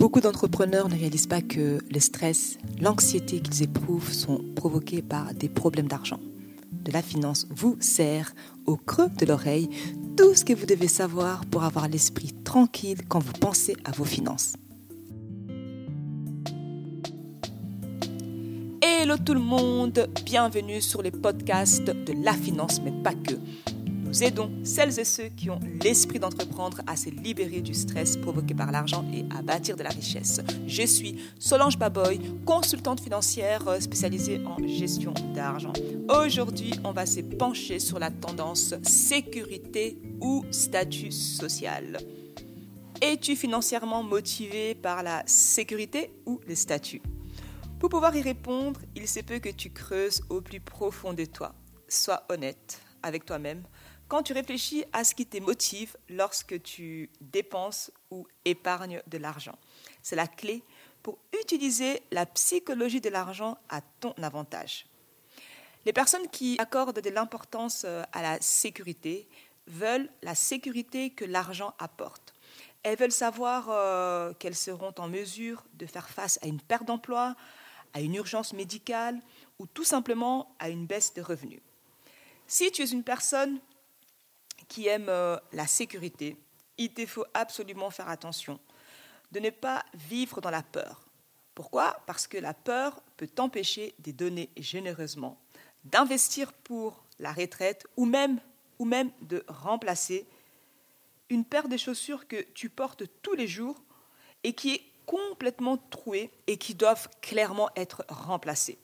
Beaucoup d'entrepreneurs ne réalisent pas que le stress, l'anxiété qu'ils éprouvent sont provoqués par des problèmes d'argent. De la finance vous sert au creux de l'oreille tout ce que vous devez savoir pour avoir l'esprit tranquille quand vous pensez à vos finances. Hello tout le monde, bienvenue sur les podcasts de La Finance, mais pas que. Nous aidons celles et ceux qui ont l'esprit d'entreprendre à se libérer du stress provoqué par l'argent et à bâtir de la richesse. Je suis Solange Baboy, consultante financière spécialisée en gestion d'argent. Aujourd'hui, on va se pencher sur la tendance sécurité ou statut social. Es-tu financièrement motivé par la sécurité ou le statut ? Pour pouvoir y répondre, il se peut que tu creuses au plus profond de toi. Sois honnête avec toi-même quand tu réfléchis à ce qui te motive lorsque tu dépenses ou épargnes de l'argent. C'est la clé pour utiliser la psychologie de l'argent à ton avantage. Les personnes qui accordent de l'importance à la sécurité veulent la sécurité que l'argent apporte. Elles veulent savoir qu'elles seront en mesure de faire face à une perte d'emploi, à une urgence médicale ou tout simplement à une baisse de revenus. Si tu es une personne qui aime la sécurité, il te faut absolument faire attention de ne pas vivre dans la peur. Pourquoi ? Parce que la peur peut t'empêcher de donner généreusement, d'investir pour la retraite ou même de remplacer une paire de chaussures que tu portes tous les jours et qui est complètement trouée et qui doivent clairement être remplacées.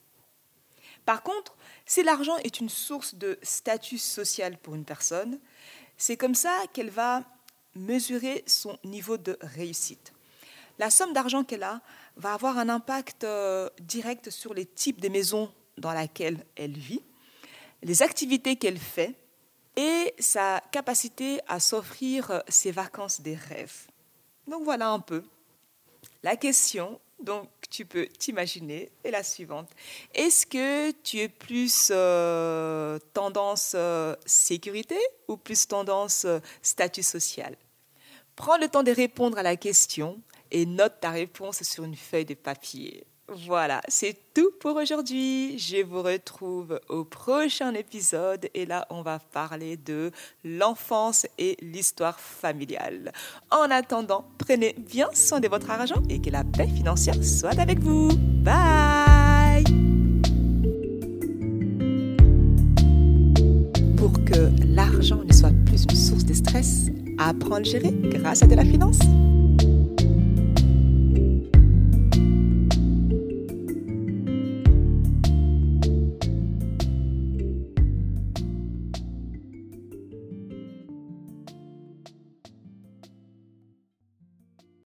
Par contre, si l'argent est une source de statut social pour une personne, c'est comme ça qu'elle va mesurer son niveau de réussite. La somme d'argent qu'elle a va avoir un impact direct sur les types de maisons dans lesquelles elle vit, les activités qu'elle fait et sa capacité à s'offrir ses vacances des rêves. Donc voilà un peu. La question, donc tu peux t'imaginer, est la suivante. Est-ce que tu es plus tendance sécurité ou plus tendance statut social ? Prends le temps de répondre à la question et note ta réponse sur une feuille de papier. Voilà, c'est tout pour aujourd'hui. Je vous retrouve au prochain épisode et là, on va parler de l'enfance et l'histoire familiale. En attendant, prenez bien soin de votre argent et que la paix financière soit avec vous. Bye! Pour que l'argent ne soit plus une source de stress, apprends à le gérer grâce à de la finance.